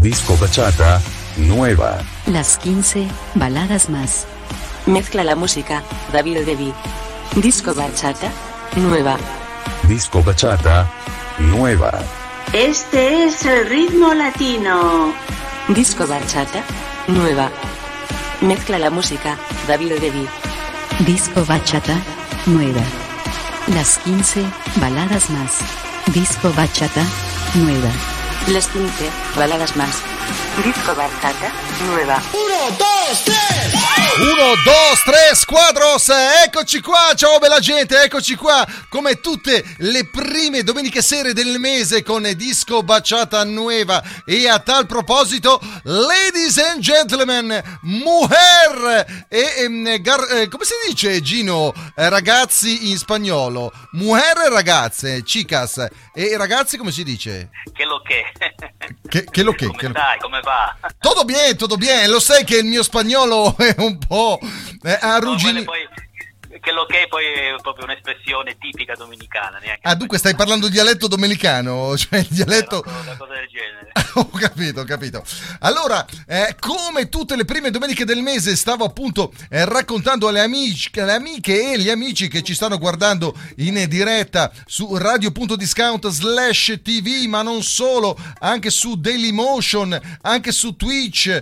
Disco bachata nueva. Las 15 baladas más. Mezcla la música, David Devi. Disco bachata nueva. Disco bachata nueva. Este es el ritmo latino. Disco bachata nueva. Mezcla la música, David Devi. Disco bachata nueva. Las 15 baladas más. Disco bachata nueva. Las 15 baladas más. Disco bachata nueva. 1, 2, 3. 1, 2, 3, 4, 6, eccoci qua, ciao bella gente, eccoci qua, come tutte le prime domeniche sere del mese con Disco Bachata Nueva. E a tal proposito, ladies and gentlemen, mujer come si dice, Gino, ragazzi in spagnolo? Mujer e ragazze, chicas, e ragazzi come si dice? Che lo che? Che lo che? Come stai, come va? Tutto bien, lo sai che il mio spagnolo è un po' arrugginito. Che lo che poi è proprio un'espressione tipica dominicana. Dunque stai parlando dialetto domenicano? Cioè il dialetto... Una cosa del genere. Ho capito. Allora, come tutte le prime domeniche del mese stavo appunto raccontando alle amiche e gli amici che ci stanno guardando in diretta su radio.discount/tv, ma non solo, anche su Dailymotion, anche su Twitch,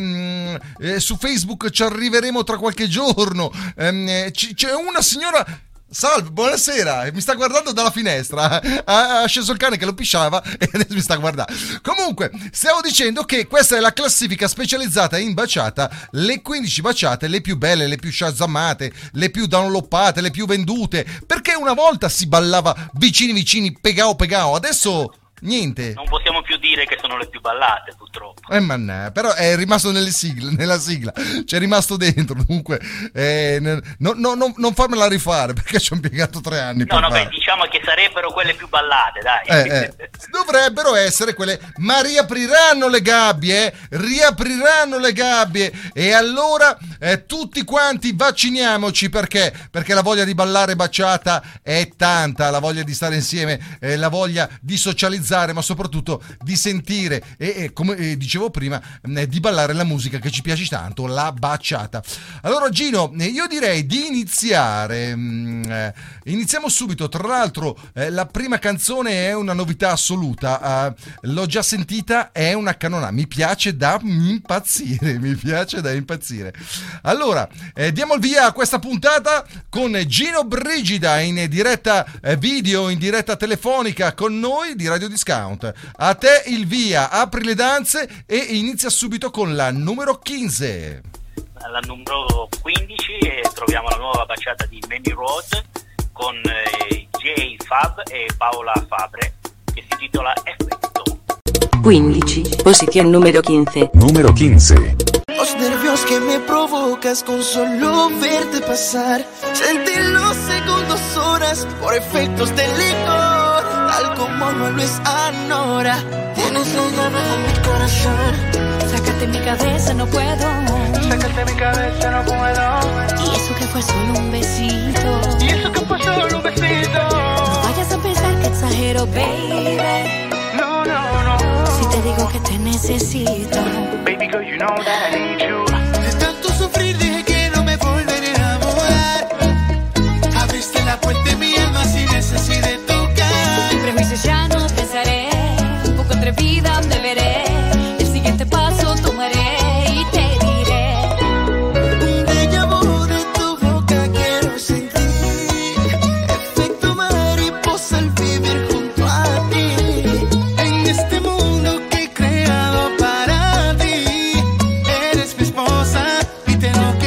su Facebook ci arriveremo tra qualche giorno. C'è una signora... Salve, buonasera, mi sta guardando dalla finestra, ha sceso il cane che lo pisciava e adesso mi sta guardando. Comunque, stavo dicendo che questa è la classifica specializzata in baciata, le 15 baciate, le più belle, le più shazammate, le più downloadate, le più vendute, perché una volta si ballava vicini, pegao, adesso... niente. Non possiamo più dire che sono le più ballate, purtroppo. Mannà, però è rimasto nella sigla, c'è rimasto dentro. Dunque, non farmela rifare perché ci ho impiegato 3 anni. Beh, diciamo che sarebbero quelle più ballate, dai. Dovrebbero essere quelle, ma riapriranno le gabbie, e allora tutti quanti vacciniamoci, perché la voglia di ballare baciata è tanta, la voglia di stare insieme, la voglia di socializzare, ma soprattutto di sentire e come dicevo prima, di ballare la musica che ci piace tanto, la baciata. Allora Gino, io direi di iniziare. Iniziamo subito. Tra l'altro la prima canzone è una novità assoluta, l'ho già sentita, è una canonata, mi piace da impazzire. Allora diamo il via a questa puntata con Gino Brigida in diretta video, in diretta telefonica con noi di Radio Discount. A te il via, apri le danze e inizia subito con la numero 15. Alla numero 15 troviamo la nuova baciata di Manny Road con J Fab e Paola Fabre, che si intitola Effetto. 15, posición número 15. Número 15. Los nervios que me provocas con solo verte pasar. Sentir los segundos, horas por efectos del licor. Tal como no lo es ahora. Tienes la llave de mi corazón. Sácate mi cabeza, no puedo. Y eso que fue solo un besito. No vayas a pensar que exagero, baby. No. Si te digo que te necesito. Baby girl, you know that I need you. De tanto sufrir dije que no me volveré a enamorar. Abriste la puerta de mi alma sin necesidad de tocar. Sin prejuicios ya no pensaré. Un poco atrevida me veré. El siguiente paso tomaré y te diré. Un déjà vu de tu boca quiero sentir. Efecto mariposa al vivir junto a ti. En este mundo que he creado para ti. Eres mi esposa y te lo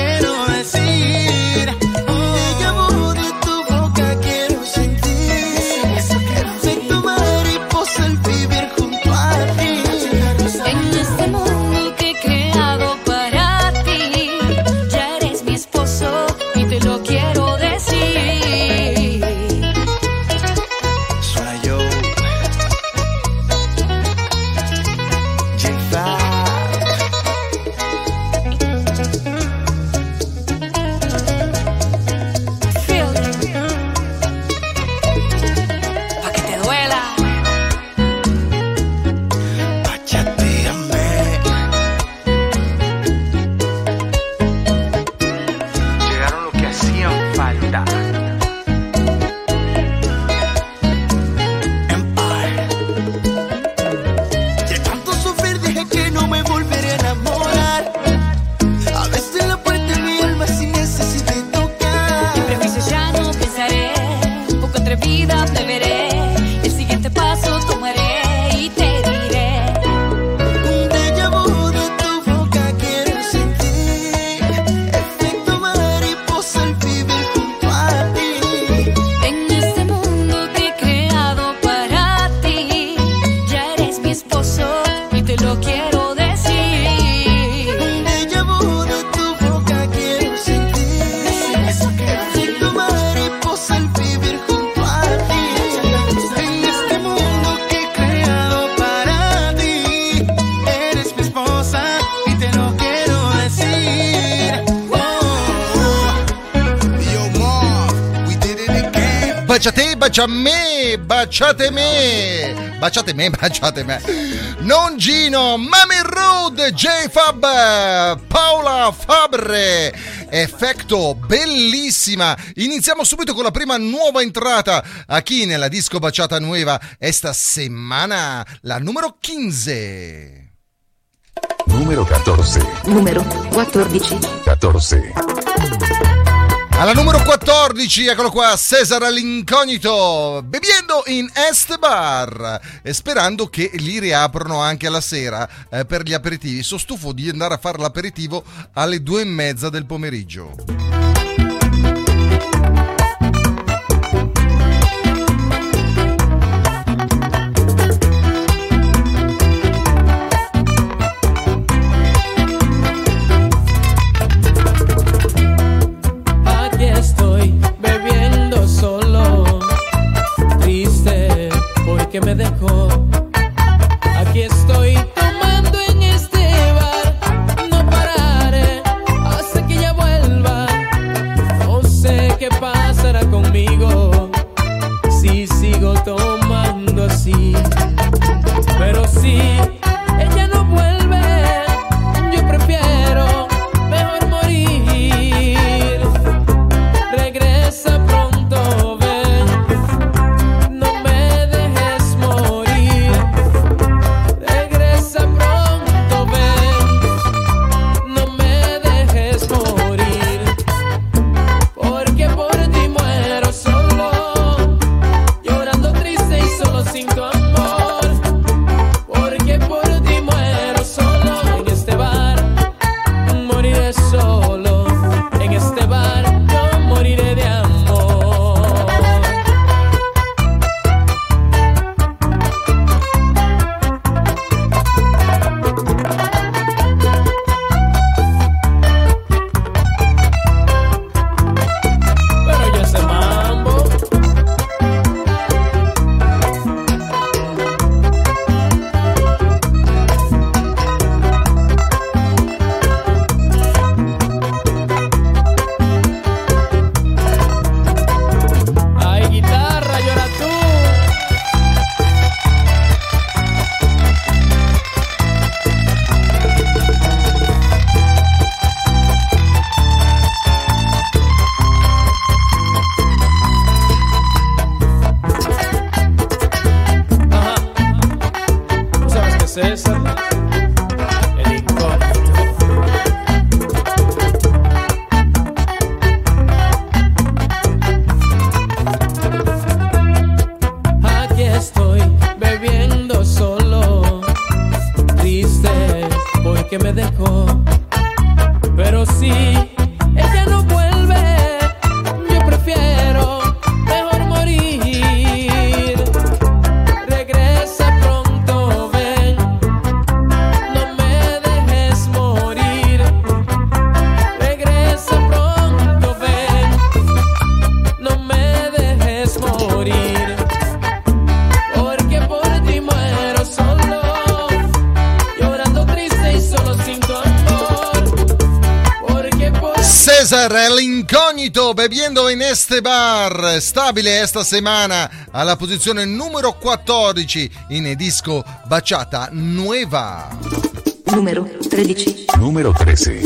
bacia te, bacia me, baciate me, baciate me, baciate me. Non Gino, Mami Road, J-Fab, Paola Fabre, Effetto, bellissima. Iniziamo subito con la prima nuova entrata aquí nella disco Bachata Nueva esta settimana, la numero 15. Numero 14. Número 14. 14. Alla numero 14, eccolo qua, Cesar all'incognito, beviendo in Este Bar, e sperando che li riaprono anche alla sera per gli aperitivi. Sono stufo di andare a fare l'aperitivo alle 2:30 del pomeriggio. Que me dejó. Aquí estoy tomando en este bar, no pararé hasta que ella vuelva. No sé qué pasará conmigo si sigo tomando así, pero si ella no vuelve, yo prefiero mejor morir. Regresa pronto, ven, no me L'incognito, beviendo in Este Bar, stabile esta semana alla posizione numero 14 in disco Bachata Nueva. Numero 13. Numero 13.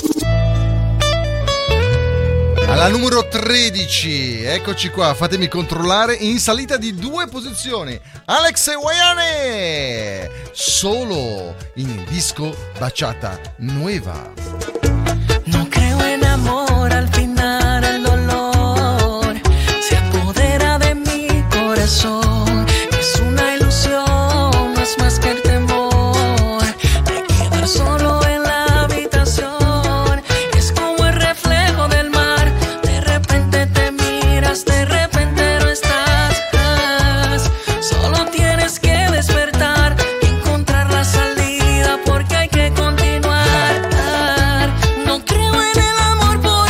Alla numero 13, eccoci qua, fatemi controllare, in salita di 2 posizioni, Alex Guayane, solo in disco Bachata Nueva. No creo en amor, al final el dolor se apodera de mi corazón. Es una ilusión, no es más que el temor de quedar solo en la habitación. Es como el reflejo del mar, de repente te miras, de repente no estás. Solo tienes que despertar, encontrar la salida porque hay que continuar. No creo en el amor por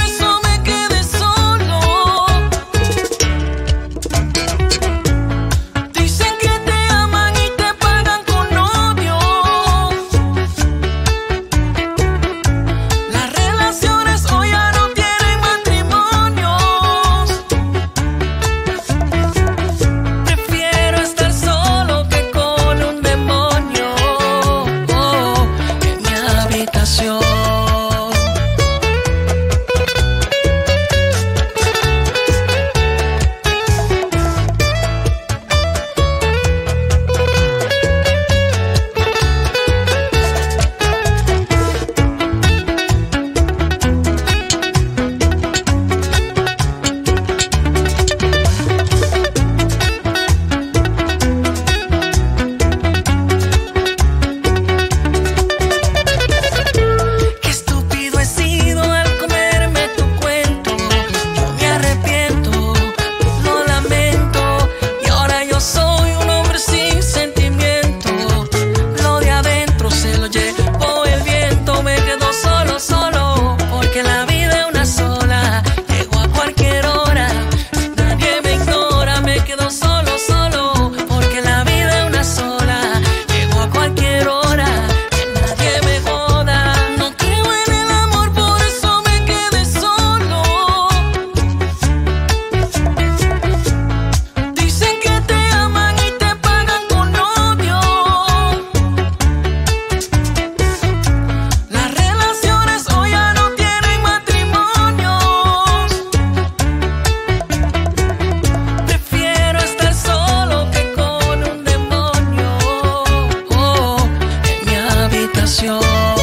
tentación.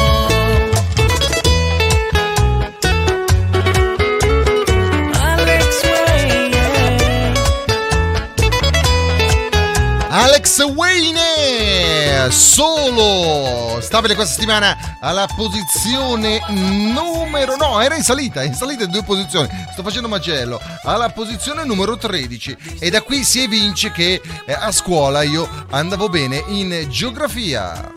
Alex Wayne, solo stabile questa settimana alla posizione numero, no, era in salita in 2 posizioni, sto facendo macello, alla posizione numero 13, e da qui si evince che a scuola io andavo bene in geografia.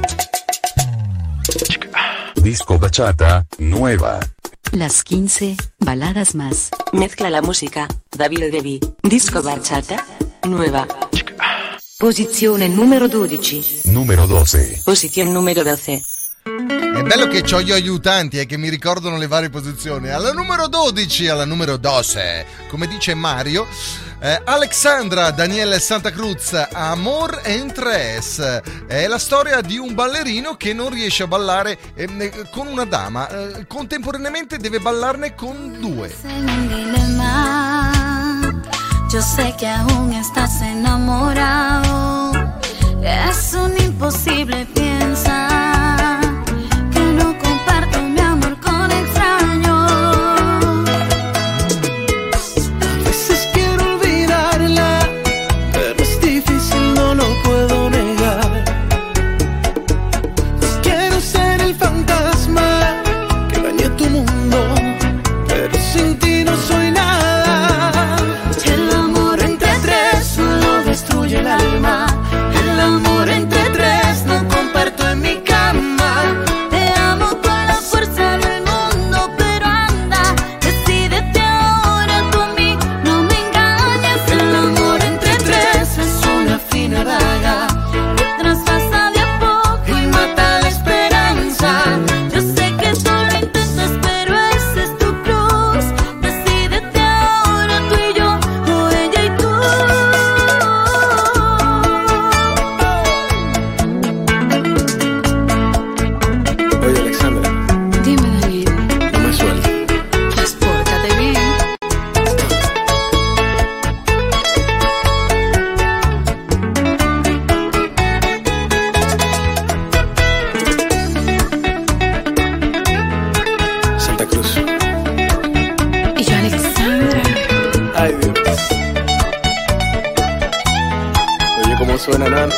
Disco bachata nueva. Las 15 baladas más. Mezcla la música, David Devi. Disco bachata nueva. Posizione numero 12. Numero 12. Posición número 12. È bello che ho gli aiutanti e che mi ricordano le varie posizioni. Alla numero 12, alla numero 12, come dice Mario, Alexandra Daniele Santa Cruz, Amor en Tres. È la storia di un ballerino che non riesce a ballare con una dama, contemporaneamente deve ballarne con 2. Yo sé que aún estás enamorado. Es un imposible pensar que no comparto mi amor con extraños. A veces quiero olvidarla, pero es difícil, no lo puedo negar. Quiero ser el fantasma que bañe tu mundo, pero sin ti no soy nada. Destruye el alma, el amor entre 3 no comparto en mi cama. Te amo con la fuerza del mundo, pero anda, decídete ahora tú a mí, no me engañes. El amor entre 3 es una fina daga que traspasa de a poco y mata la esperanza. Yo sé que tú lo intentas, pero ese es tu cruz. Decídete ahora tú y yo, o ella y tú. Oye, Alexandra. Dime, David. No me sueltes. Pues pórtate bien. Santa Cruz. Y yo, Alexandra. Ay, Dios. Oye, ¿cómo suena, Nan?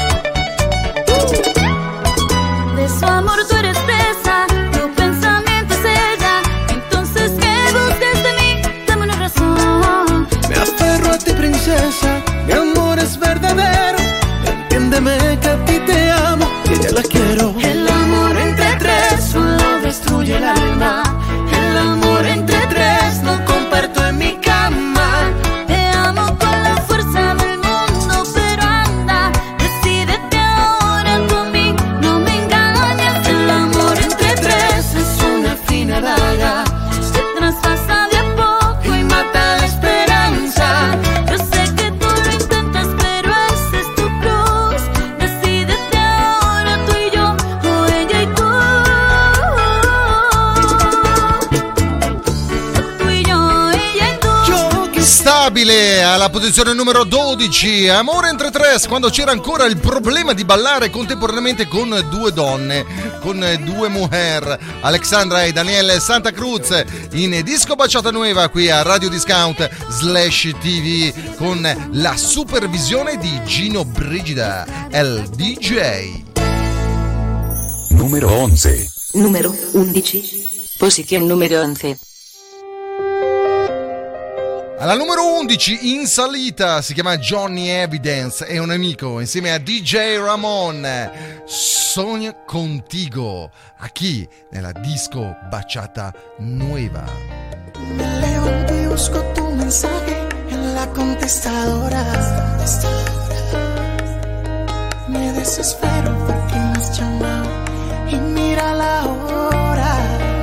De su amor tú eres presa, tu pensamiento es ella. Entonces, ¿qué buscas de mí? Dame una razón. Me aferro a ti, princesa. Mi amor es verdadero. Entiéndeme que a ti te amo, que ya la quiero. El amor entre 3 solo destruye el alma. El amor entre 3 no comparto en mi cama. Te amo con la fuerza del mundo, pero anda, decídete ahora tú a mí, no me engañes. El amor entre 3 es una fina daga que traspasa de a poco y mata la esperanza. Yo sé que tú lo intentas, pero ese es tu cruz. Decídete ahora tú y yo, o ella y tú. Tú y yo, ella y tú. Stabile alla posizione numero 12, Amore entre 3, quando c'era ancora il problema di ballare contemporaneamente con 2 donne, con 2 mujer, Alexandra e Daniele Santa Cruz in Disco Bachata Nueva qui a Radio Discount /TV con la supervisione di Gino Brigida, il DJ. Numero 11. Numero 11. Posición número 11. Alla numero 11 in salita si chiama Johnny Evidence, è un amico insieme a DJ Ramon. Sogna contigo, aquí nella Disco Bachata Nueva. Me levanto y busco tu mensaje en la contestadora. Me desespero porque me has llamado y mira la hora.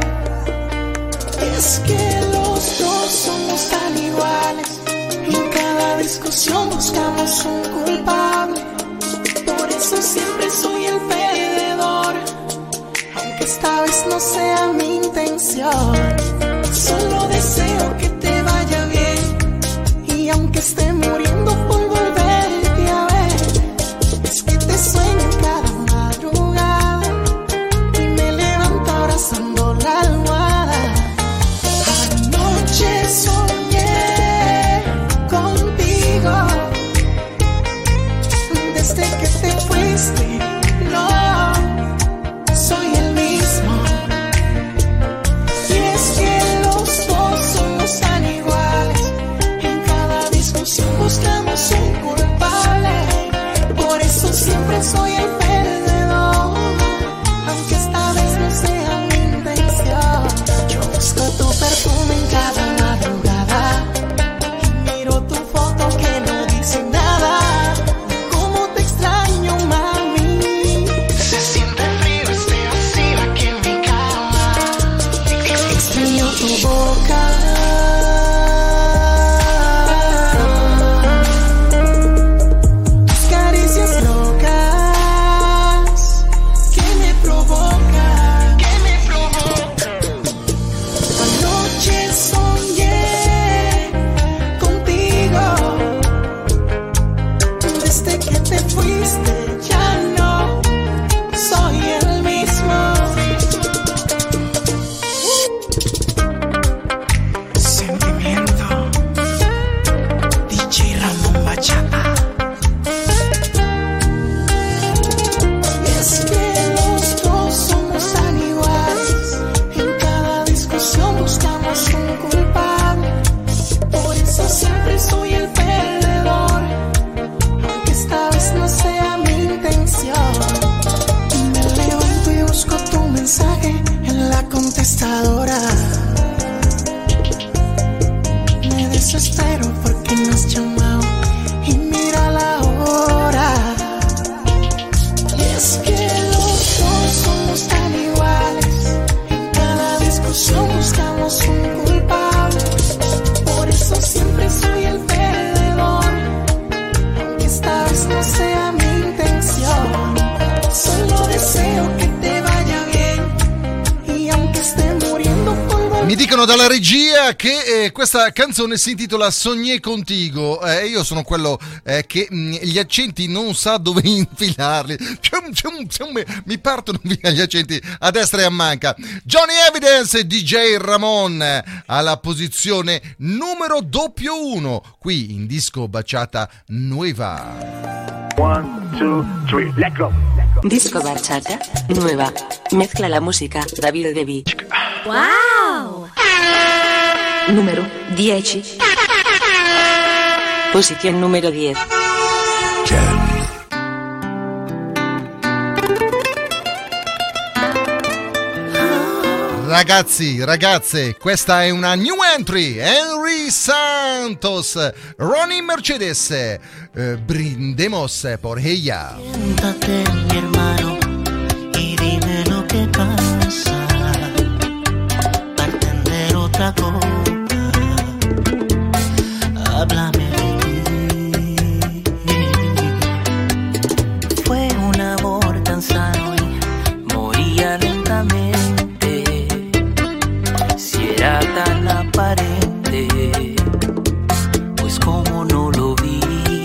Es que los dos somos tan iguales y en cada discusión buscamos un culpable. Por eso siempre soy el perdedor, aunque esta vez no sea mi intención. Solo deseo que te vaya bien y aunque esté muriendo por volverte a ver, es que te sueño cada madrugada soy el perdedor, aunque esta vez no sea mi intención. Yo busco tu perfume en cada madrugada y miro tu foto que no dice nada. Cómo te extraño, mami. Se siente frío este vacío aquí en mi cama. Extraño tu boca. Me desespero porque me has llamado y mira la hora. Y es que los dos somos tan iguales, en cada discusión buscamos un culpable. Por eso siempre soy el perdedor, aunque esta vez no sea mi intención. Solo deseo que te vaya bien y aunque esté muriendo polvo. Mi dicono dalla regia che questa canzone si intitola Sogné contigo. Io sono quello che gli accenti non sa dove infilarli. Mi partono via gli accenti a destra e a manca. Johnny Evidence e DJ Ramon alla posizione numero 1 qui in Disco Bachata Nueva. 1, 2, 3, let's go. Disco Bachata Nueva. Mezcla la música David Devi. ¡Wow! Numero 10. Posición número 10. Ragazzi, ragazze, questa è una new entry. Henry Santos, Ronnie Mercedes, brindemos por ella. Siéntate, mi hermano, y dime lo que pasa. Bartender otra copa, háblame de ti. Fue un amor tan sano y moría lentamente. Si era tan aparente, pues como no lo vi.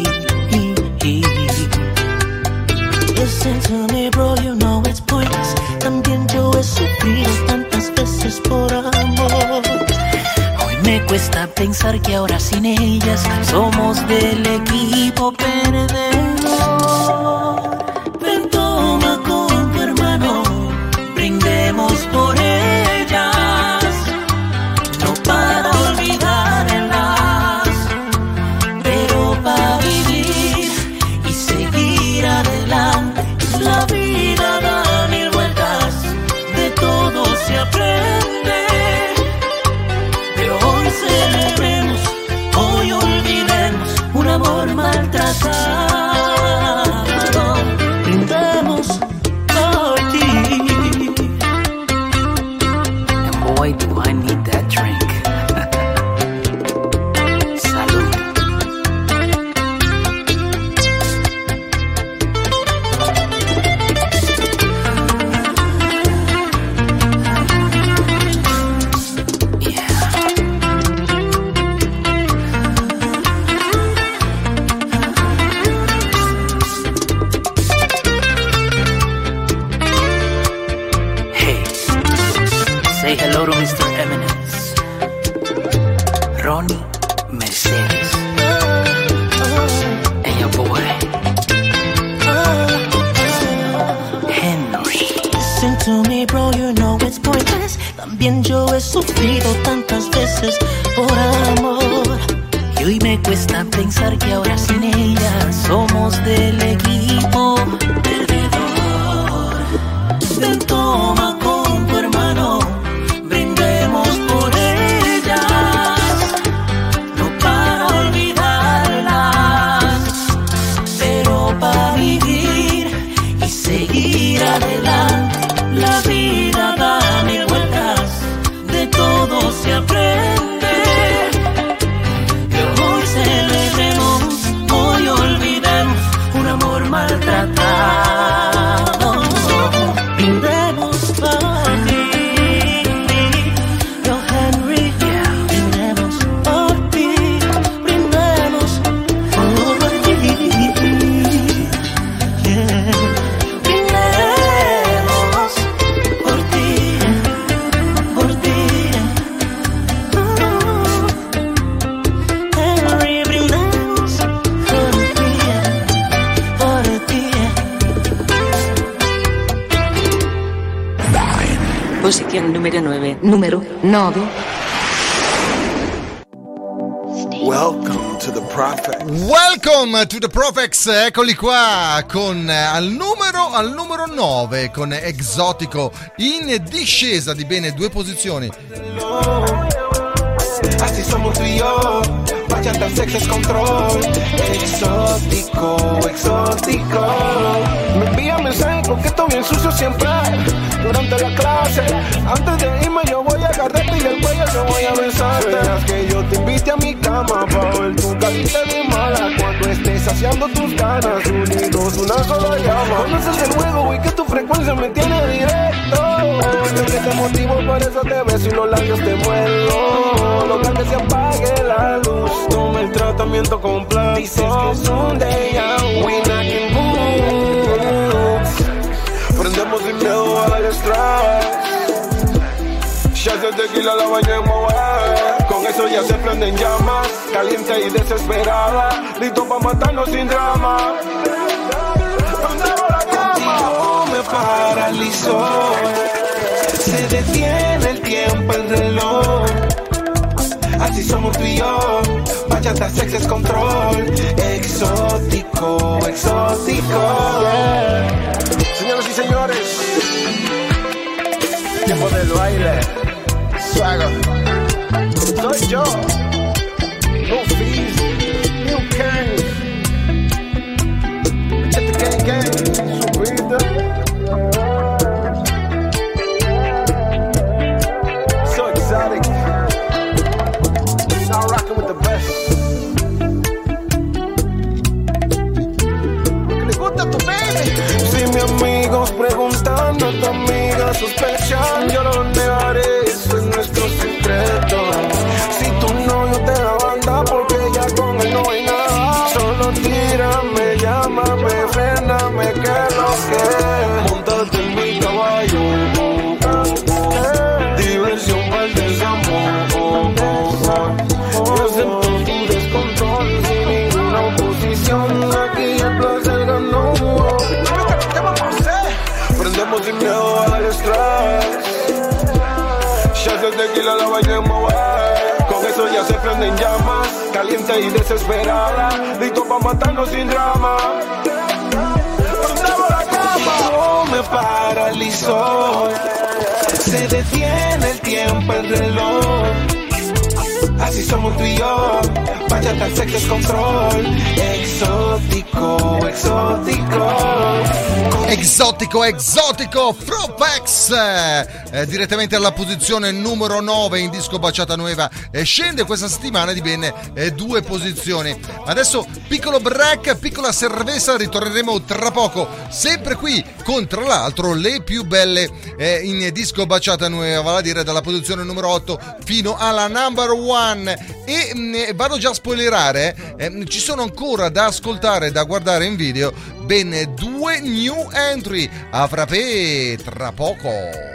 Listen to me, bro, you know it's pointless. También yo he sufrido tantas veces por amor. Hoy me cuesta pensar que ahora sin ellas somos del equipo perdedor. Ven, toma con tu hermano, brindemos por ellas. No para olvidarlas, pero para vivir y seguir adelante. La vida da mil vueltas, de todo se aprende. Pero hoy celebremos, hoy olvidemos un amor maltratado. Brindemos por ti. And boy, do I need that drink. Salud. Say hello to Mr. Eminence, Ronnie Mercedes, and your boy, Henry. Listen to me, bro, you know it's pointless. También yo he sufrido tantas veces por amor. Y hoy me cuesta pensar que ahora sin ella somos del equipo perdedor. Ven, toma con tu hermano, brindemos por ellas, no para olvidarlas, pero para vivir y seguir adelante. La vida da mil vueltas, de todo se aprende. Que hoy celebremos, hoy olvidemos un amor maltratado. Brindemos por ti, yo Henry, brindemos por ti, brindemos por ti, yeah. Brindemos por ti, por ti, Henry, brindemos por ti, por ti. Posición número 9. Numero 9. Welcome to the Prophet. Welcome to the Profex, eccoli qua con al numero 9 con Exotico in discesa di bene 2 posizioni. Así somos tú y yo, bachata, sexo es control. Exótico, exótico. Me envía mensajes porque estoy bien sucio siempre. Durante la clase, antes de irme yo voy a agarrarte y el cuello yo voy a besarte. Verás que yo te invite a mi cama pa' ver tu carita de mala. Cuando estés saciando tus ganas, unidos una sola llama. Conoces el juego, güey, que tu frecuencia me tiene directo. Yo que te motivo, por eso te beso y los labios te muerdo. Lograr que se apague la luz, toma el tratamiento completo. Dices que es un day out, we knocking boots. Prendemos sin miedo al estrés. Shots de tequila la bañemos, con eso ya se prenden llamas. Caliente y desesperada, listo pa' matarnos sin drama. Contigo me paralizó, se detiene el tiempo, el reloj. Así somos tú y yo, bachata, sexo es control. Exótico, exótico, yeah. Señoras y señores, tiempo del baile. Swagger, soy yo. No fees, New Kang. Este gang, subida. So exotic. Now rocking with the best. ¿Le gusta tu baby? Si mis amigos preguntando a tu amiga sospechan, yo no negaré, eso es nuestro secreto. Si tu novio te da banda porque ya con él no hay nada, solo tírame, llámame, fréname, que lo que montate en mi caballo. Diversión para el desamor. Yo siento tu descontrol sin ninguna oposición. Aquí el placer ganó. ¿Qué vamos a hacer? Prendemos sin miedo al estrés. Shots de tequila la bañemos, con eso ya se prenden llamas. Caliente y desesperada, listo pa' matarnos sin drama. Prendemos la cama. Contigo me paralizó, se detiene el tiempo, el reloj. Así somos tú y yo, bachata, sexo es control. Exótico, exótico. Exotico, exotico, Propex, direttamente alla posizione numero 9 in disco Baciata Nueva, scende questa settimana di ben 2 posizioni. Adesso piccolo break, piccola cerveza, ritorneremo tra poco, sempre qui con tra l'altro le più belle in disco Baciata Nueva, vale a dire dalla posizione numero 8 fino alla number 1. E vado già a spoilerare, ci sono ancora da ascoltare, da guardare in video ben 2 new entry a frappé tra poco.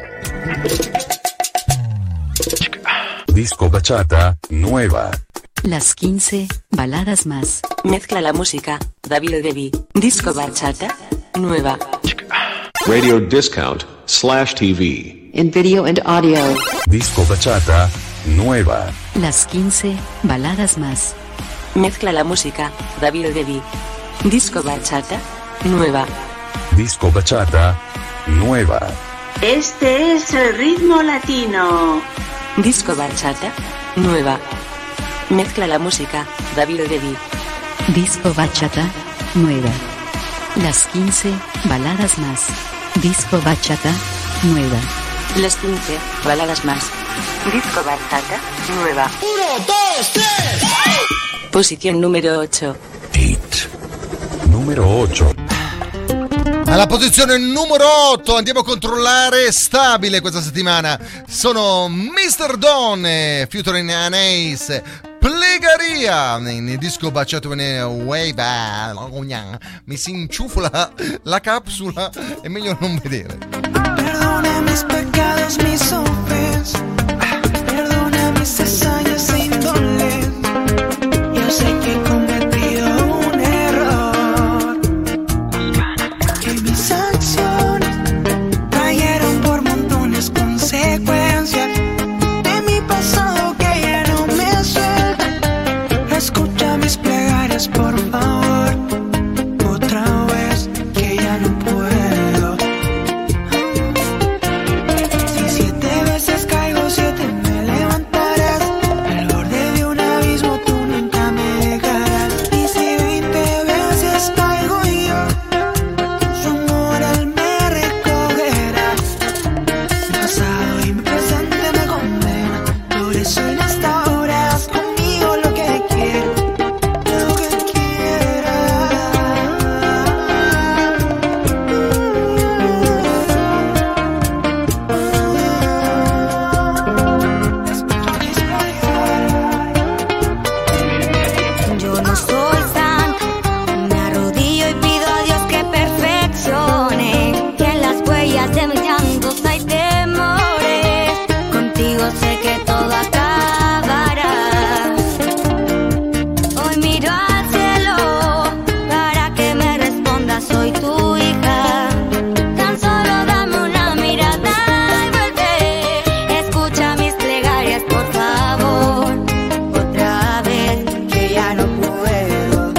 Disco Bachata Nueva. Las 15 baladas más. Mezcla la música, David Devi. Disco Bachata Nueva. Radio Discount /TV. En video and audio. Disco Bachata Nueva. Las 15 baladas más. Mezcla la música, David Devi. Disco bachata, nueva. Disco bachata, nueva. Este es el ritmo latino. Disco bachata, nueva. Mezcla la música, David Devi. Disco bachata, nueva. Las 15 baladas más. Disco bachata, nueva. Las 15 baladas más. Disco bachata, nueva. 1, 2, 3. Posizione numero 8. Numero 8. Alla posizione numero 8 andiamo a controllare stabile questa settimana. Sono Mr. Donne, featuring Anais, Plegaria. In disco baciato in Wave. Mi si inciufola la capsula, è meglio non vedere. Perdona mis pecados, mis ofensas. Perdona mis hazañas e indolencias. Yo sé que he cometido un error. Que mis acciones trajeron por montones consecuencias. De mi pasado que ya no me suelta. Escucha mis plegarias, por favor. Otra vez que ya no puedo. Si 7 veces caigo, 7 me levantarás. Al borde de un abismo tú nunca me dejarás. Y si 20 veces caigo yo, su amor él me recogerá. Mi pasado y mi presente me condena. Por eso en esta hora haz conmigo lo que quieras. Lo que quieras. Yo no soy santa, me arrodillo y pido a Dios que perfeccione. Que en las huellas de mis llantos hay temores. Contigo sé que todo acabará. Hoy miro al cielo para que me responda, soy tu hija. Tan solo dame una mirada y vuelve. Escucha mis plegarias, por favor. Otra vez que ya no puedo.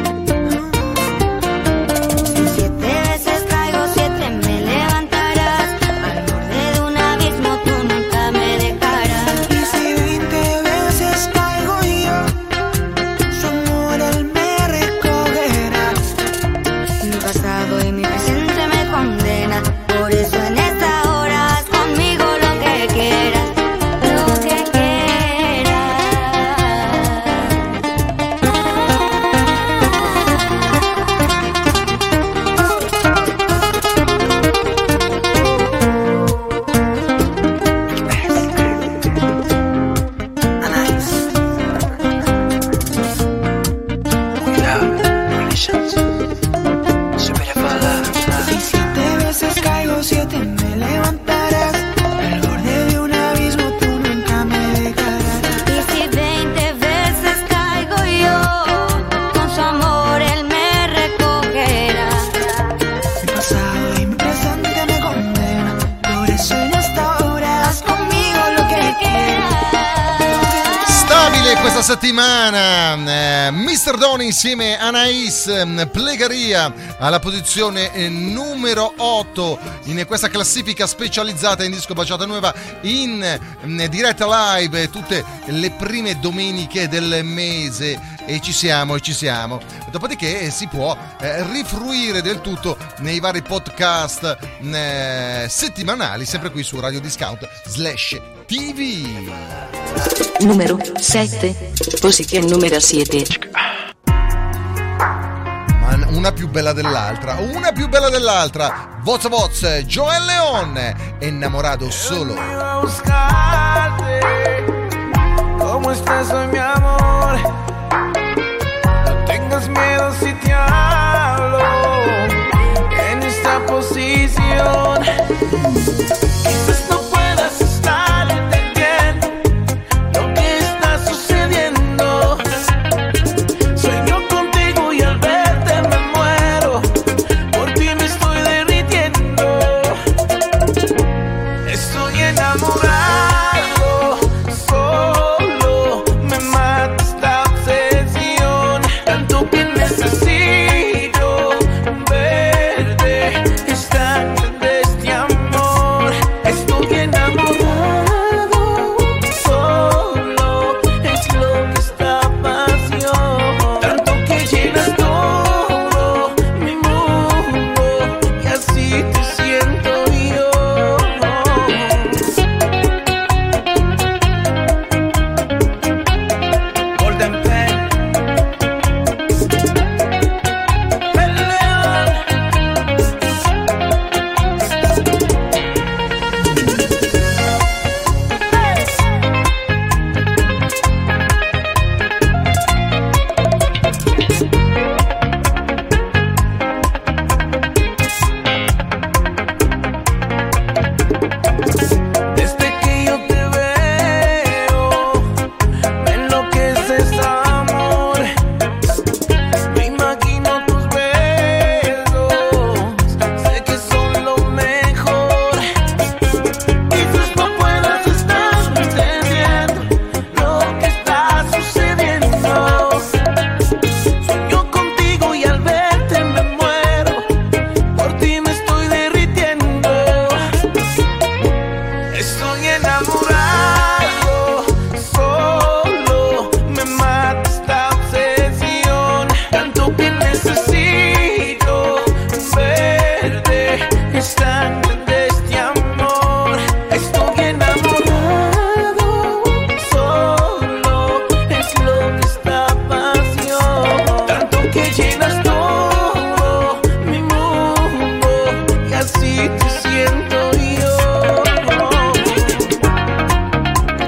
Si 7 veces caigo, 7 me levantarás. Al borde de un abismo tú nunca me dejarás. Y si 20 veces caigo yo, su amor él me recogerá. Mi pasado y mi presente me condena. Por eso en esta hora haz conmigo lo que quieras. Lo que quieras. Si 7 veces caigo, 7 me levantarás. Al borde de un abismo tú nunca me dejarás. Y si 20 veces caigo yo, con su amor él me recogerá. Mi pasado y mi presente me condena. Por eso en esta hora haz conmigo lo que quieras. Stabile questa settimana, Mr. Donne insieme a Anais, Plegaria alla posizione numero 8 in questa classifica specializzata in disco baciata nuova in diretta live tutte le prime domeniche del mese e ci siamo. Dopodiché si può rifruire del tutto nei vari podcast settimanali sempre qui su Radio Discount /TV. Numero 7. Posizione numero 7. Ma una più bella dell'altra. Voz a voz, Joel Leon, Enamorado Solo. A buscarte. ¿Cómo estás hoy, mi amor? No tengas miedo si te hablo en esta posición. Quizás no puedas estar entendiendo lo que está sucediendo. Sueño contigo y al verte me muero. Por ti me estoy derritiendo. Estoy enamorado, solo me mata esta obsesión.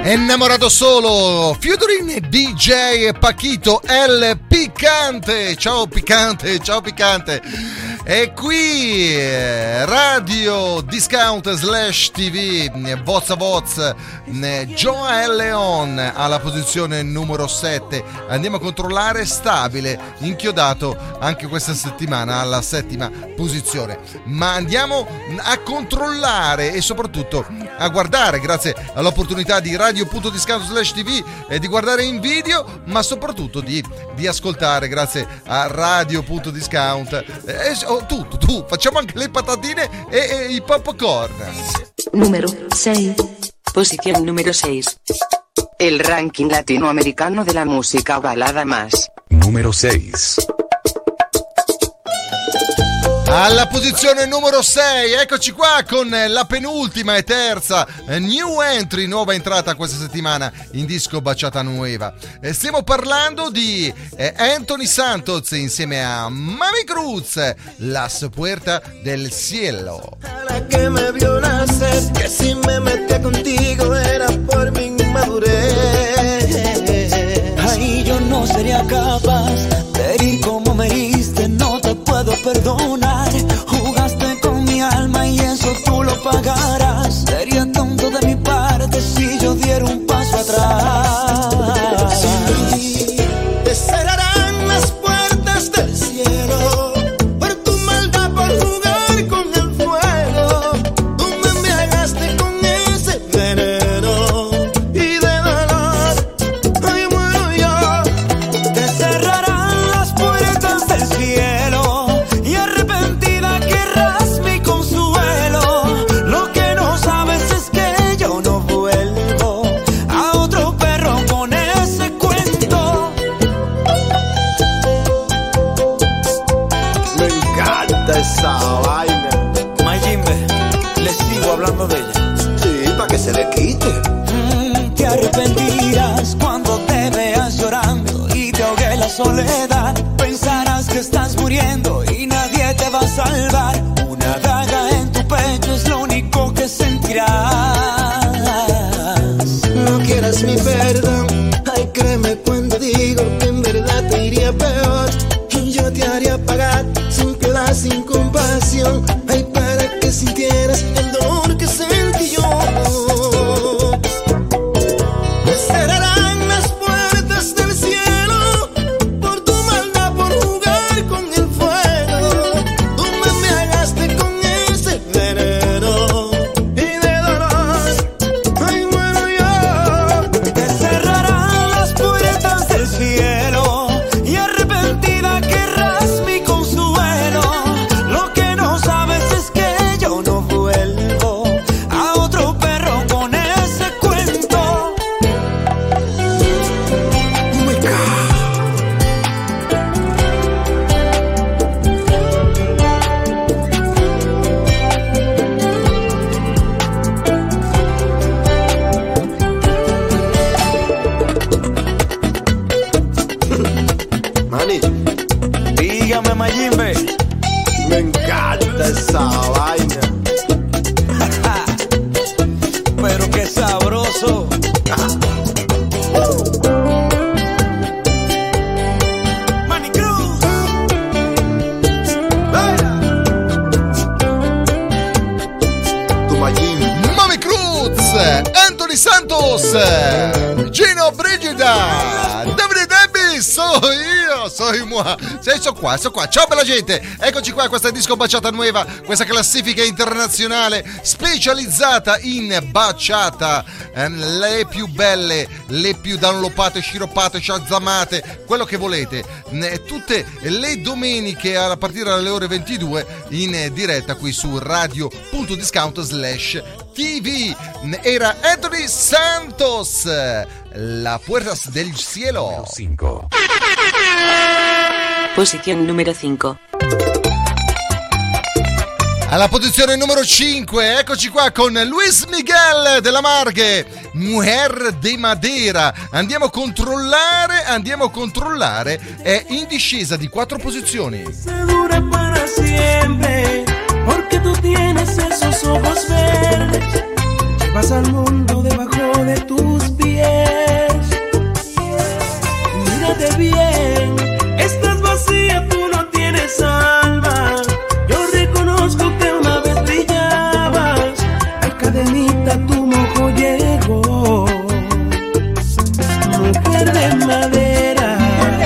Innamorato solo, featuring DJ Paquito, El Piccante. Ciao Piccante, ciao Piccante. E qui Radio Discount / TV, Voz, Joel Leon alla posizione numero 7. Andiamo a controllare, stabile, inchiodato anche questa settimana alla 7ª posizione. Ma andiamo a controllare e soprattutto a guardare, grazie all'opportunità di Radio.Discount / TV e di guardare in video, ma soprattutto di ascoltare grazie a Radio.Discount. Tu, facciamo anche le patatine e i popcorn. Número 6. Posición número 6. El ranking latinoamericano de la música balada más. Numero 6. Alla posizione numero 6, eccoci qua con la penultima e terza new entry, nuova entrata questa settimana in disco Bachata Nueva. Stiamo parlando di Anthony Santos insieme a Mami Cruz, Las Puertas del Cielo. Que me vio nacer, que si me metía contigo era por mi inmadurez. Ay, yo no sería capaz de herir como me heriste, no te puedo perdonar. Jugaste con mi alma y eso tú lo pagarás. Sería tonto de mi parte si yo diera un paso atrás. Sí, te cerrarán las puertas del cielo por tu maldad, por jugar con el fuego. Tú me embriagaste con ese veneno y de dolor ay muero yo. Te cerrarán las puertas del cielo y arrepentida querrás mi consuelo. Lo que no sabes es que yo no vuelvo a otro perro con ese cuento. Me encanta esa vaina. Mayimbe, le sigo hablando de ella. Sí, para que se le quite. Te arrepentirás cuando te veas llorando y te ahogue la soledad. Pensarás que estás muriendo y nadie te va a salvar. Una daga en tu pecho es lo único que sentirás. No quieras mi perdón, ay créeme cuando digo que en verdad te iría peor. Yo te haría pagar sin piedad, sin compasión, ay para que sintieras el dolor que sentí yo. Te cerrarán las puertas del cielo por tu maldad, por jugar con el fuego. Tú me embriagaste con ese veneno y de dolor ay muero yo. Te cerrarán las puertas del cielo y arrepentida querrás mi consuelo. Lo que no sabes es que yo no vuelvo a otro perro con ese cuento. Oh my God. Manny, Dígame, Mayimbe. me encanta esa vaina. Pero qué sabroso. Manny Cruz. Tu Mayim. Mami Cruz, Anthony Santos, Gino Brigida, Davide Debbie, soy moi. Sono qua. Ciao bella gente, eccoci qua, questa è Disco Bachata Nueva, questa classifica internazionale specializzata in bachata, le più belle, le più downloadate, sciroppate, shazzamate, quello che volete, tutte le domeniche a partire dalle ore 22 in diretta qui su Radio.Discount / TV. Era Anthony Santos, La Puertas del Cielo. 5. Posición número 5. Alla posizione numero 5, eccoci qua con Luis Miguel de la Margue, Mujer de Madera. Andiamo a controllare, è in discesa di 4 posizioni. Se dura para siempre, porque tú tienes esos ojos verdes. Vas al mundo debajo de tus pies. Mírate bien, estás vacía, tú no tienes alma. Yo reconozco que una vez brillabas. Ay, cadenita, tu mojo llegó. Mujer de madera,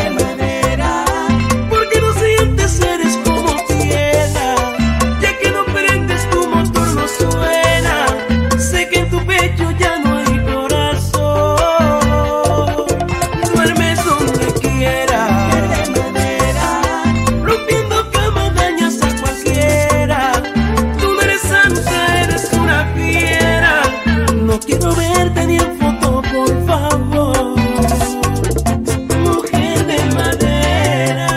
porque no sientes, eres como piedra. Ya que no prendes, tu motor no suena. Sé que en tu pecho ya no hay corazón. Duermes donde quieras, rompiendo cama, dañas a cualquiera. Tú no eres santa, eres una fiera. No quiero verte ni en foto, por favor. Mujer de madera.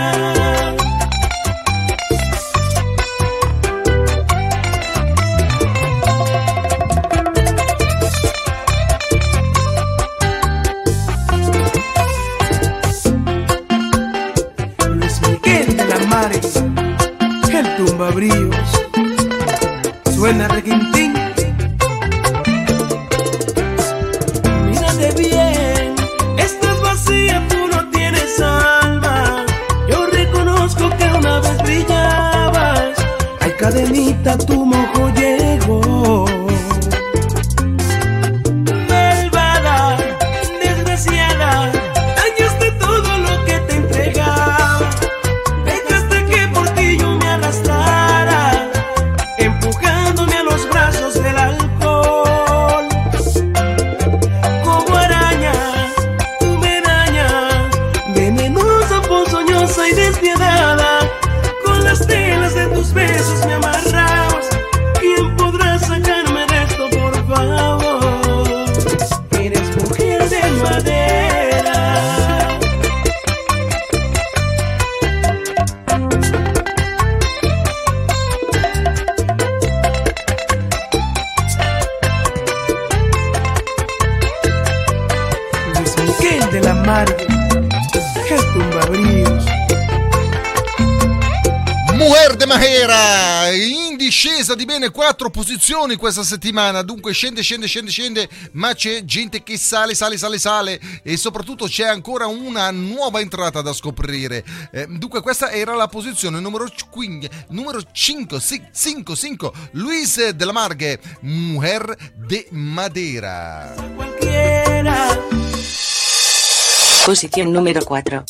Luis Miguel de la Mare, el tumbabríos. Suena requintín. Mírate bien, estás vacía, tú no tienes alma. Yo reconozco que una vez brillabas. Ay, cadenita, tu mojo llegó. Malvada, desgraciada, dañaste todo lo que te entregaba. Dejaste que por ti yo me arrastrara, empujándome a los brazos del alcohol. Como araña, tú me dañas, venenosa, ponzoñosa y despiadada. Con las telas de tus besos me amarrabas. ¿Quién podrá sacarme de esto, por favor? Eres mujer de madera. Luis Miguel de la Mare, el tumbabríos. Mujer de Mahera in discesa di bene 4 posizioni questa settimana, dunque scende, ma c'è gente che sale e soprattutto c'è ancora una nuova entrata da scoprire. Dunque questa era la posizione numero 5, Luis de la Margue, Mujer de Madera. Posición número 4.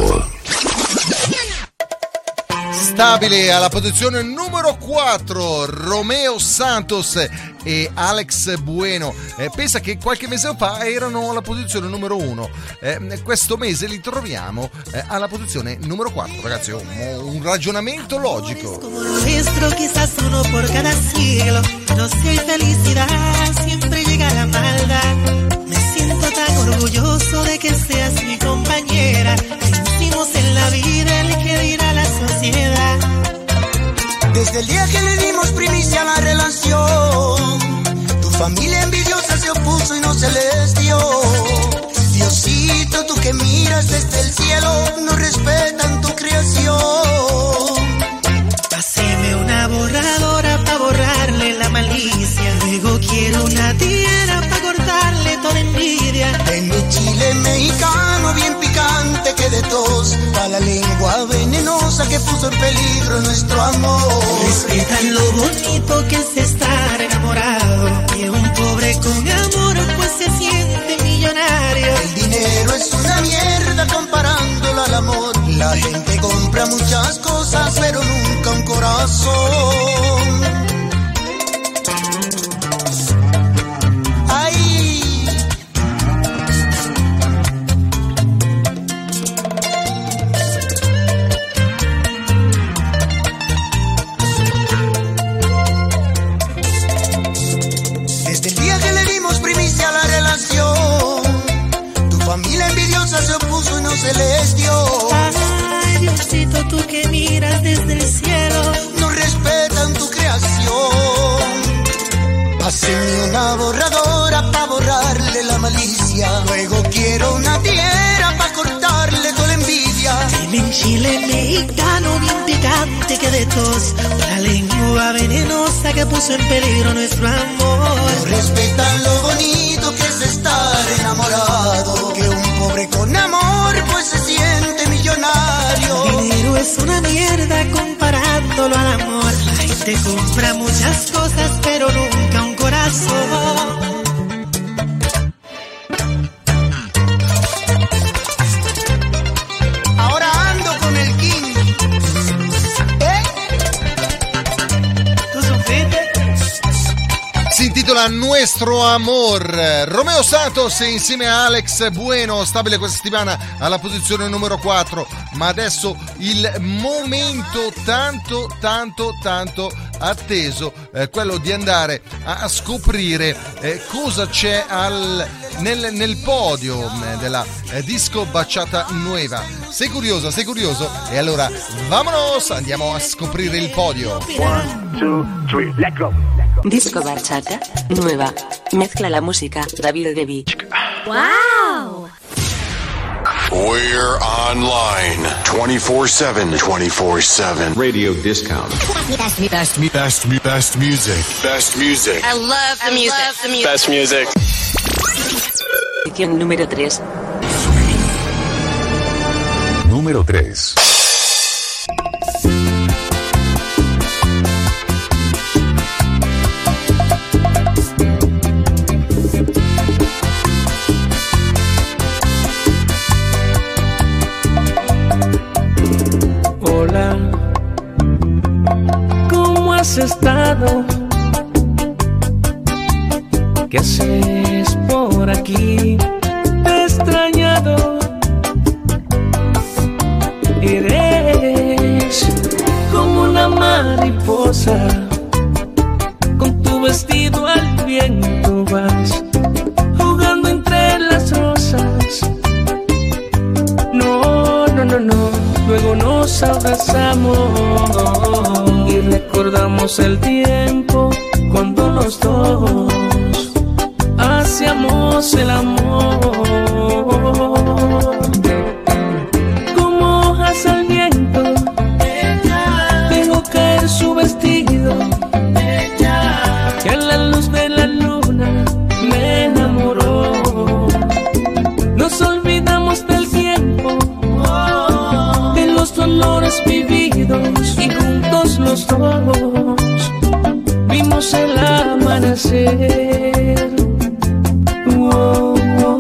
Stabile alla posizione numero 4 Romeo Santos e Alex Bueno. Pensa che qualche mese fa erano alla posizione numero 1, questo mese li troviamo alla posizione numero 4. Ragazzi, un ragionamento logico. Como lo nuestro, quizás uno por cada siglo, pero si hay felicidad siempre llega la maldad. Me siento tan orgulloso de que seas mi compañera. Vencimos en la vida el que dirá la sociedad. Desde el día que le dimos primicia a la relación, tu familia envidiosa se opuso y no se les dio. Diosito, tú que miras desde el cielo, no respetan tu creación. Páseme una borradora pa' borrarle la malicia. Luego quiero una tijera pa' cortarle toda envidia. Tengo chile mexicano bien picante que de tos, pa' la lengua venenosa que puso en peligro nuestro amor. Respetan lo bonito que es estar enamorado, y un pobre con amor pues se siente millonario. El dinero es una mierda comparándolo al amor. La gente compra muchas cosas pero nunca un corazón. Ay. Desde el día que le dimos primicia a la relación, tu familia envidiosa se opuso y no se les dio. Ay, Diosito, tú que miras desde el cielo, no respetan tu creación. Pásenme una borradora pa' borrarle la malicia. Luego quiero una tijera pa' cortarle toda la envidia. Tienen chile mexicano bien picante que de tos, la lengua venenosa que puso en peligro nuestro amor. No respetan lo bonito que es muchas cosas, pero nunca un corazón. Ahora ando con el King. ¿Tú sufriste? Si intitola Nuestro Amor. Romeo Santos insieme a Alex Bueno, stabile questa settimana alla posizione numero 4. Ma adesso il momento tanto atteso, quello di andare a scoprire cosa c'è nel podio della Disco Bachata Nueva. Sei curioso? E allora vámonos, andiamo a scoprire il podio. 1, 2, 3, let's go. Disco Bachata Nueva. Mezcla la música David Devi. ¡Wow! We're online 24/7. 24/7. Radio Discount. Best music. Best music. I love the music. Best music. Posición número 3. Número 3. Hola, ¿cómo has estado? ¿Qué haces por aquí? Te he extrañado. Eres como una mariposa, con tu vestido al viento vas, jugando entre las rosas. No, luego nos abrazamos y recordamos el tiempo cuando los dos hacíamos el amor. Como hojas al viento, dejó caer su vestido, y a la luz de la luna me enamoró. Nos olvidamos del tiempo, de los dolores vividos, y juntos los dos vimos el amanecer. Oh, oh.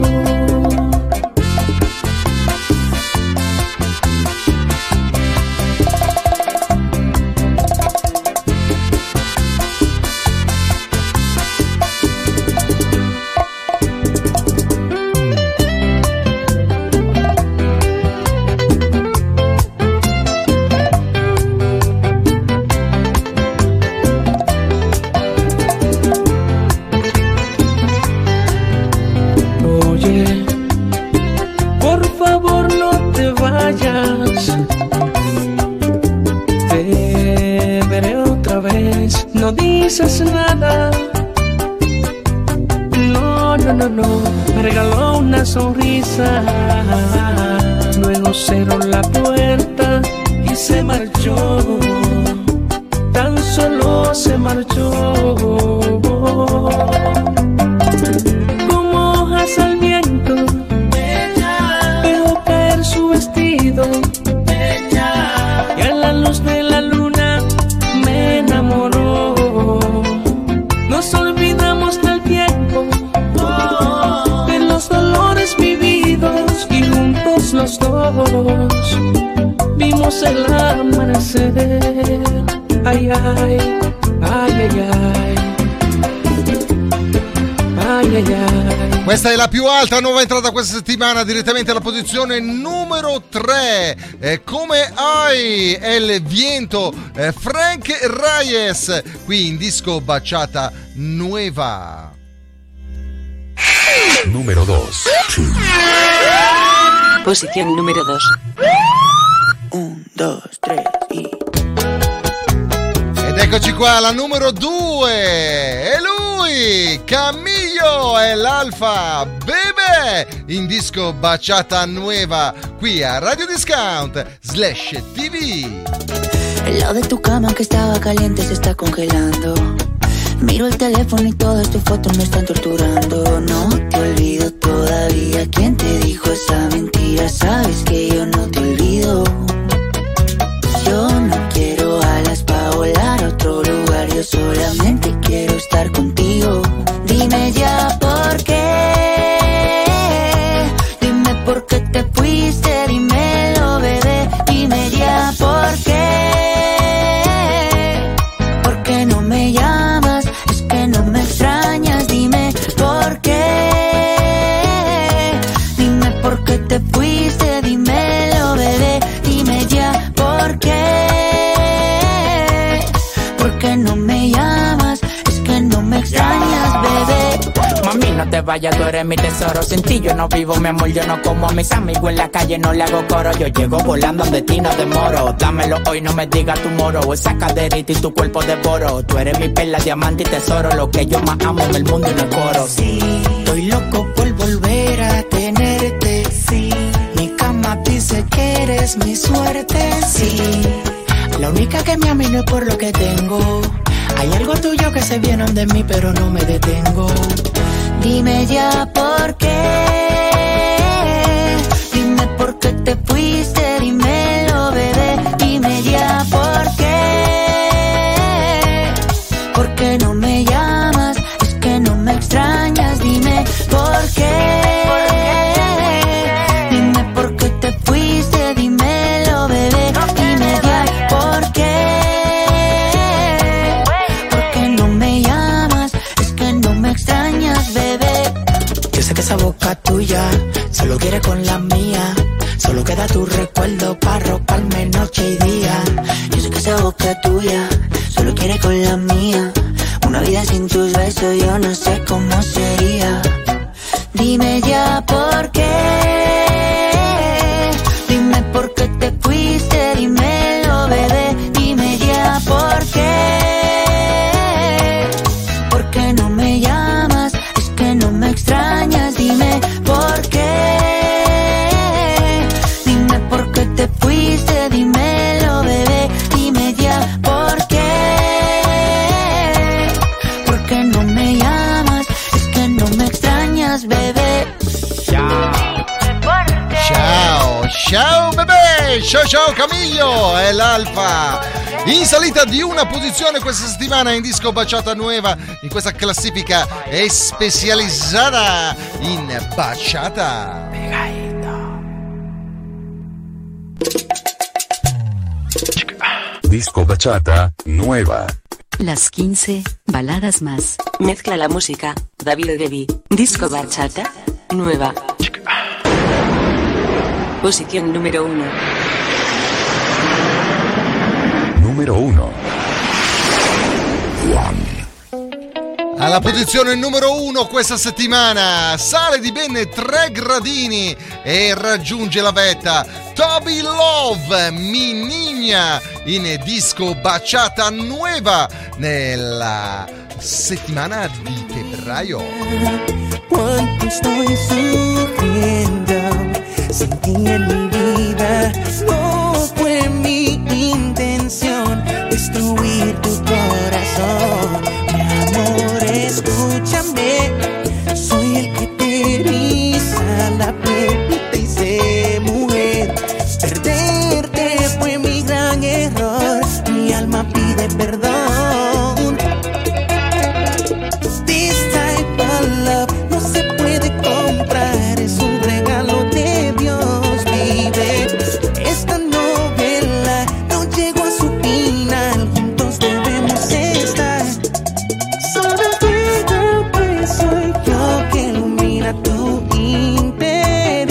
Te veré otra vez, no dices nada. No, me regaló una sonrisa. Luego cerró la puerta y se marchó. Tan solo se marchó. Como hojas al viento, dejó caer su vestido, y a la luz de la luna me enamoró. Nos olvidamos del tiempo, de los dolores vividos, y juntos los dos vimos el amanecer. Ay, ay, ay, ay, ay. Ay, ay, ay. Questa è la più alta nuova entrata questa settimana, direttamente alla posizione numero 3. Come hai el viento, Frank Reyes, qui in Disco Bachata Nueva. Numero 2. Posición número 2. 1, 2, 3 y... Ed eccoci qua, la numero 2. E lui, Camillo e l'Alfa Bebe, in Disco Bachata Nueva, qui a Radio Discount /TV. El lado de tu cama que estaba caliente se está congelando. Miro el teléfono y todas tus fotos me están torturando. No te olvido todavía. ¿Quién te dijo esa mentira? Sabes que yo no te olvido. Yo no quiero alas para volar a otro lugar. Yo soy Dime ya por qué. Dime por qué te fuiste, dímelo, bebé. Dime ya por qué. ¿Por qué no me llamas? Es que no me extrañas. Dime por qué. Dime por qué te fuiste, dímelo, bebé. Dime ya por qué. ¿Por qué no me llamas? Es que no me extrañas, bebé. Mami, no te vayas, tú eres mi tesoro. Sin ti yo no vivo, mi amor, yo no como a mis amigos en la calle, no le hago coro. Yo llego volando donde ti no demoro. Dámelo hoy, no me digas tu moro. Esa caderita y tu cuerpo devoro. Tú eres mi perla, diamante y tesoro. Lo que yo más amo en el mundo y no coro. Sí, estoy loco por volver a tenerte. Sí, mi cama dice que eres mi suerte. Sí, la única que me ama y no es por lo que tengo. Hay algo tuyo que se viene de mí, pero no me detengo. Dime ya por qué. Dime por qué te fuiste, dímelo, bebé. Dime ya por qué. ¿Por qué no me llamas? Es que no me extrañas. Dime por qué. Dime por qué te fuiste, dímelo, bebé. Dime ya por qué. ¿Por qué no me llamas? Es que no me extrañas, bebé. Yo sé que esa boca tuya solo quiere con la mía. Solo queda tu recuerdo para roparme noche y día. Yo sé que esa boca tuya solo quiere con la mía. Una vida sin tus besos yo no sé cómo sería. Dime ya por qué. Dime por qué te fuiste, dímelo, bebé. Dime ya por qué. ¿Por qué no me llamas? Es que no me extrañas. Dime por qué. Dime por qué te fuiste, dímelo, bebé. Dime ya por qué. ¿Por qué no me llamas? Es que no me extrañas, bebé. Ciao, ciao bebè, ciao Camillo, è l'Alfa. In salita di una posizione questa settimana in Disco Bachata Nueva, in questa classifica specializzata in bachata. Disco Bachata Nueva. Las 15 baladas más. Mezcla la música, David Debbie. Disco Bachata Nueva. Posición número 1. Numero 1. Alla posizione numero 1 questa settimana sale di ben 3 gradini e raggiunge la vetta Toby Love, Mi Niña, in Disco Bachata Nueva nella settimana di febbraio. Cuánto estoy sufriendo sin ti en mi vida. No fue mi intención destruir tu corazón. Mi amor, escúchame. Soy el que te eriza la piel y te hice mujer. Perderte fue mi gran error. Mi alma pide perdón. This type of love no se puede comprar, es un regalo de Dios, vive. Esta novela no llegó a su final, juntos debemos estar. Solo pues soy yo que ilumina tu interior.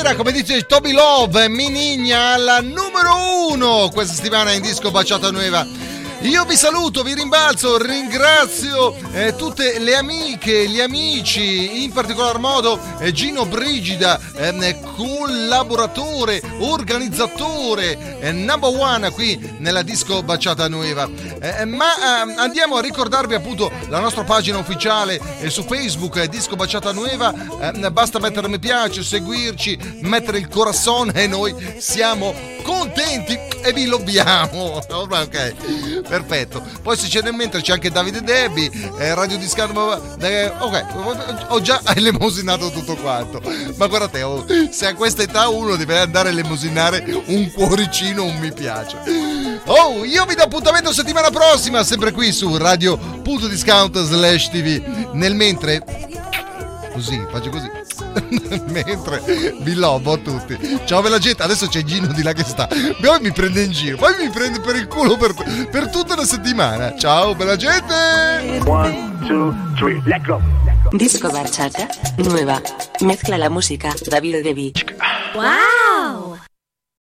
Era, come dice Toby Love, Minigna alla numero 1 questa settimana in disco Baciata Nuova. Io vi saluto, vi rimbalzo, ringrazio tutte le amiche, gli amici, in particolar modo Gino Brigida, collaboratore, organizzatore, number one qui nella disco Baciata Nuova. Ma andiamo a ricordarvi appunto la nostra pagina ufficiale su Facebook, disco Baciata Nuova. Basta mettere mi piace, seguirci, mettere il corazon e noi siamo contenti e vi lobbiamo. Ok, perfetto. Poi se c'è nel mentre c'è anche Davide Debbie, Radio Discount. Ok, ho già elemosinato tutto quanto. Ma guarda te, se a questa età uno deve andare a elemosinare un cuoricino, un mi piace. Oh, io vi do appuntamento settimana prossima, sempre qui su Radio.discount/TV. Nel mentre, così, faccio così. Mentre vi lobo a tutti. Ciao bella gente. Adesso c'è Gino di là che sta, poi mi prende in giro, poi mi prende per il culo per tutta la settimana. Ciao bella gente. 1, 2, 3, let's go. Disco Bachata Nueva. Mezcla la música David Debbie. ¡Wow!